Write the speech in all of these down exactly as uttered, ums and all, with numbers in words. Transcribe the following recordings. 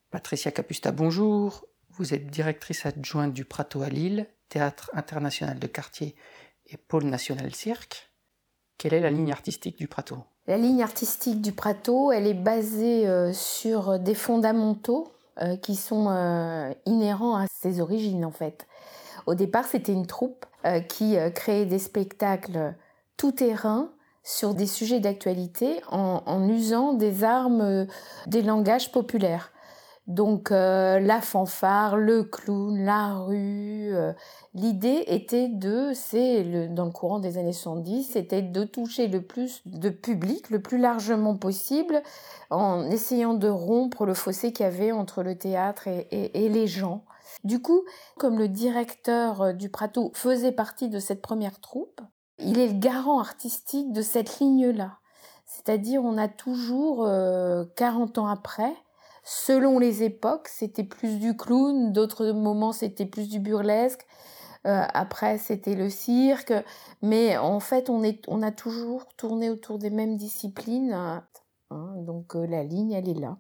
Patricia Capusta, bonjour. Vous êtes directrice adjointe du Prato à Lille, Théâtre international de quartier et Pôle national cirque. Quelle est la ligne artistique du Prato ? La ligne artistique du Prato, elle est basée euh, sur des fondamentaux euh, qui sont euh, inhérents à ses origines en fait. Au départ, c'était une troupe euh, qui euh, créait des spectacles tout-terrain sur des sujets d'actualité en, en usant des armes, euh, des langages populaires. Donc euh, la fanfare, le clown, la rue. Euh, l'idée était de, c'est le, dans le courant des années soixante-dix, c'était de toucher le plus de public, le plus largement possible, en essayant de rompre le fossé qu'il y avait entre le théâtre et, et, et les gens. Du coup, comme le directeur du Prato faisait partie de cette première troupe, il est le garant artistique de cette ligne-là. C'est-à-dire, on a toujours, euh, quarante ans après, selon les époques, c'était plus du clown, d'autres moments c'était plus du burlesque, euh, après c'était le cirque, mais en fait on, est, on a toujours tourné autour des mêmes disciplines, hein, donc euh, la ligne elle est là.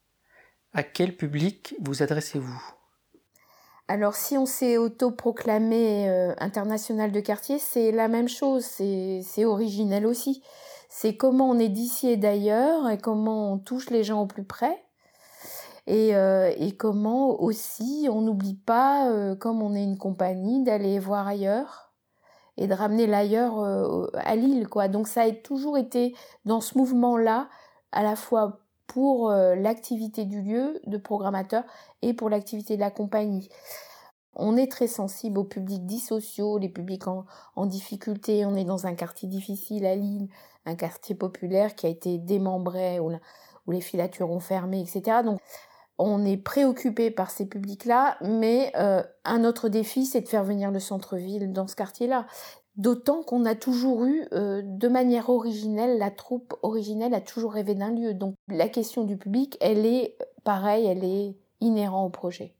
À quel public vous adressez-vous ? Alors si on s'est autoproclamé euh, international de quartier, c'est la même chose, c'est, c'est originel aussi. C'est comment on est d'ici et d'ailleurs et comment on touche les gens au plus près. Et, euh, et comment aussi on n'oublie pas, euh, comme on est une compagnie, d'aller voir ailleurs et de ramener l'ailleurs euh, à Lille, quoi. Donc ça a toujours été dans ce mouvement-là, à la fois pour euh, l'activité du lieu de programmateur et pour l'activité de la compagnie. On est très sensible aux publics dits sociaux, les publics en, en difficulté. On est dans un quartier difficile à Lille, un quartier populaire qui a été démembré, où, la, où les filatures ont fermé, et cetera. Donc on est préoccupé par ces publics-là, mais euh, un autre défi, c'est de faire venir le centre-ville dans ce quartier-là. D'autant qu'on a toujours eu, euh, de manière originelle, la troupe originelle a toujours rêvé d'un lieu. Donc la question du public, elle est pareille, elle est inhérente au projet.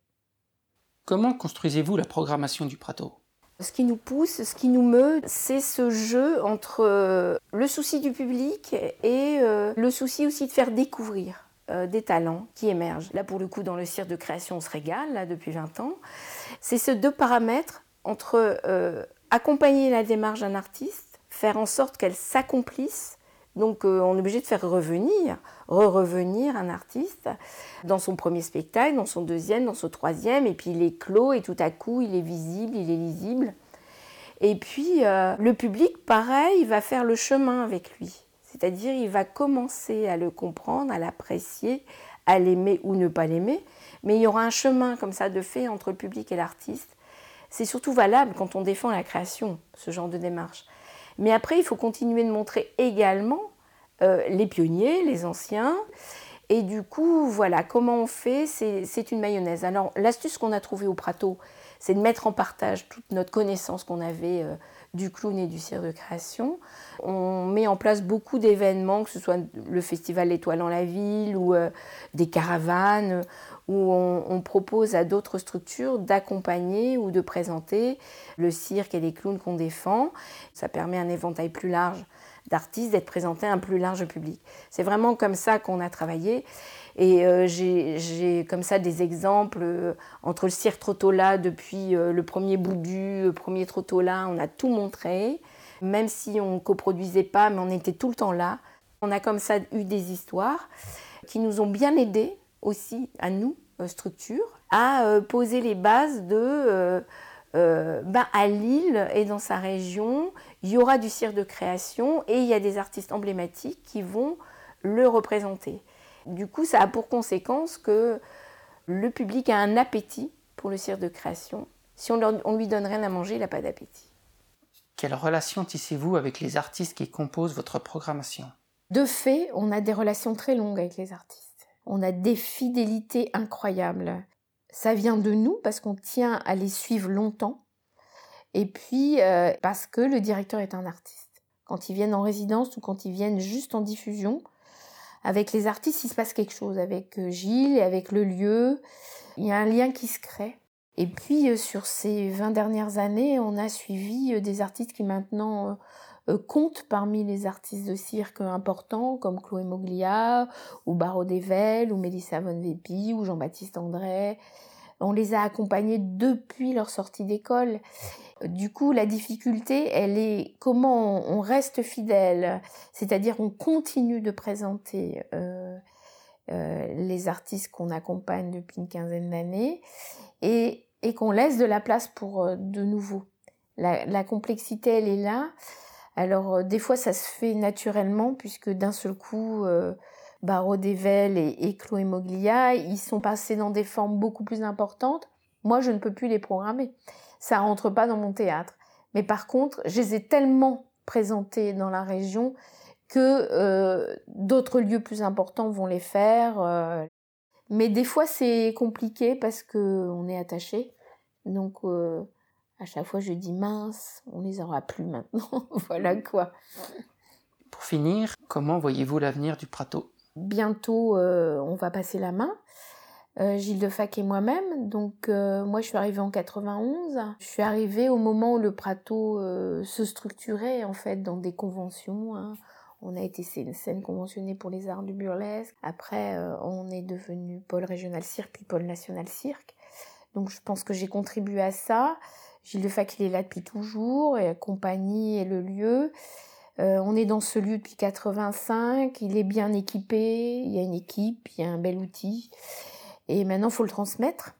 Comment construisez-vous la programmation du Prato ? Ce qui nous pousse, ce qui nous meut, c'est ce jeu entre euh, le souci du public et euh, le souci aussi de faire découvrir euh, des talents qui émergent. Là, pour le coup, dans le cirque de création, on se régale, là, depuis vingt ans. C'est ces deux paramètres entre euh, accompagner la démarche d'un artiste, faire en sorte qu'elle s'accomplisse. Donc euh, on est obligé de faire revenir, re-revenir un artiste dans son premier spectacle, dans son deuxième, dans son troisième, et puis il est clos et tout à coup il est visible, il est lisible. Et puis euh, le public, pareil, va faire le chemin avec lui. C'est-à-dire il va commencer à le comprendre, à l'apprécier, à l'aimer ou ne pas l'aimer. Mais il y aura un chemin comme ça de fait entre le public et l'artiste. C'est surtout valable quand on défend la création, ce genre de démarche. Mais après, il faut continuer de montrer également euh, les pionniers, les anciens. Et du coup, voilà, comment on fait, c'est, c'est une mayonnaise. Alors, l'astuce qu'on a trouvée au Prato, c'est de mettre en partage toute notre connaissance qu'on avait euh, du clown et du cirque de création. On met en place beaucoup d'événements, que ce soit le festival L'Étoile dans la ville ou euh, des caravanes, où on, on propose à d'autres structures d'accompagner ou de présenter le cirque et les clowns qu'on défend. Ça permet un éventail plus large d'artistes d'être présentés à un plus large public. C'est vraiment comme ça qu'on a travaillé. Et euh, j'ai, j'ai comme ça des exemples euh, entre le cirque Trottola, depuis euh, le premier Boudu, le premier Trottola, on a tout montré. Même si on ne coproduisait pas, mais on était tout le temps là. On a comme ça eu des histoires qui nous ont bien aidés aussi, à nous, euh, structure, à euh, poser les bases de... Euh, euh, ben à Lille et dans sa région, il y aura du cirque de création et il y a des artistes emblématiques qui vont le représenter. Du coup, ça a pour conséquence que le public a un appétit pour le cirque de création. Si on, leur, on lui donne rien à manger, il n'a pas d'appétit. Quelle relation tissez-vous avec les artistes qui composent votre programmation ? De fait, on a des relations très longues avec les artistes. On a des fidélités incroyables. Ça vient de nous parce qu'on tient à les suivre longtemps. Et puis, euh, parce que le directeur est un artiste. Quand ils viennent en résidence ou quand ils viennent juste en diffusion, avec les artistes, il se passe quelque chose. Avec Gilles et avec le lieu, il y a un lien qui se crée. Et puis, sur ces vingt dernières années, on a suivi des artistes qui maintenant euh, comptent parmi les artistes de cirque importants, comme Chloé Moglia, ou Barreau Desvelles, ou Mélissa Von Vépi, ou Jean-Baptiste André. On les a accompagnés depuis leur sortie d'école. Du coup, la difficulté, elle est comment on reste fidèle, c'est-à-dire on continue de présenter euh, euh, les artistes qu'on accompagne depuis une quinzaine d'années et, et qu'on laisse de la place pour euh, de nouveaux. La, la complexité, elle est là. Alors, euh, des fois, ça se fait naturellement, puisque d'un seul coup, euh, Barreau Desvelles et, et Chloé Moglia, ils sont passés dans des formes beaucoup plus importantes. Moi, je ne peux plus les programmer. Ça rentre pas dans mon théâtre. Mais par contre, je les ai tellement présentés dans la région que euh, d'autres lieux plus importants vont les faire. Euh. Mais des fois, c'est compliqué parce qu'on est attaché. Donc, euh, à chaque fois, je dis mince, on les aura plus maintenant. Voilà quoi. Pour finir, comment voyez-vous l'avenir du Prato ? Bientôt, euh, on va passer la main. Euh, Gilles Defac et moi-même. Donc, euh, moi, je suis arrivée en quatre-vingt-onze. Je suis arrivée au moment où le Prato euh, se structurait, en fait, dans des conventions. Hein. On a été scène conventionnée pour les arts du burlesque. Après, euh, on est devenu pôle régional cirque, puis pôle national cirque. Donc, je pense que j'ai contribué à ça. Gilles Defac, il est là depuis toujours, et la compagnie et le lieu. Euh, on est dans ce lieu depuis quatre-vingt-cinq. Il est bien équipé. Il y a une équipe, il y a un bel outil. Et maintenant, il faut le transmettre.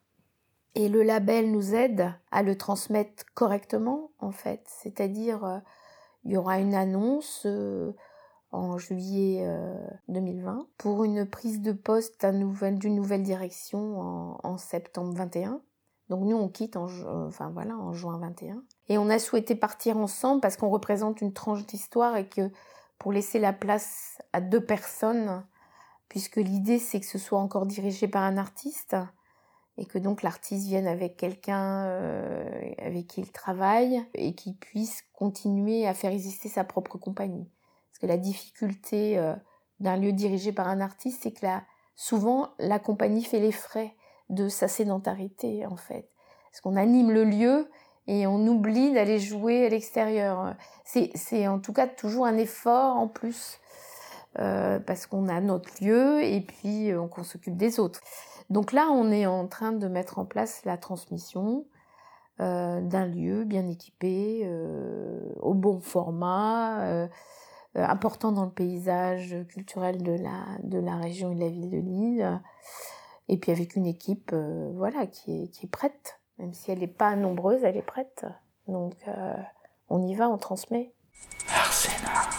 Et le label nous aide à le transmettre correctement, en fait. C'est-à-dire, euh, il y aura une annonce euh, en juillet euh, deux mille vingt pour une prise de poste à nouvelle, d'une nouvelle direction en, en septembre vingt et un. Donc nous, on quitte en, euh, enfin, voilà, en juin vingt et un. Et on a souhaité partir ensemble parce qu'on représente une tranche d'histoire et que pour laisser la place à deux personnes, puisque l'idée, c'est que ce soit encore dirigé par un artiste et que donc l'artiste vienne avec quelqu'un euh, avec qui il travaille et qui puisse continuer à faire exister sa propre compagnie. Parce que la difficulté euh, d'un lieu dirigé par un artiste, c'est que là, souvent, la compagnie fait les frais de sa sédentarité, en fait. Parce qu'on anime le lieu et on oublie d'aller jouer à l'extérieur. C'est, c'est en tout cas toujours un effort en plus. Euh, parce qu'on a notre lieu et puis euh, qu'on s'occupe des autres. Donc là, on est en train de mettre en place la transmission euh, d'un lieu bien équipé, euh, au bon format, euh, euh, important dans le paysage culturel de la, de la région et de la ville de Lille, et puis avec une équipe euh, voilà, qui est, qui est prête. Même si elle n'est pas nombreuse, elle est prête. Donc euh, on y va, on transmet. Arsena.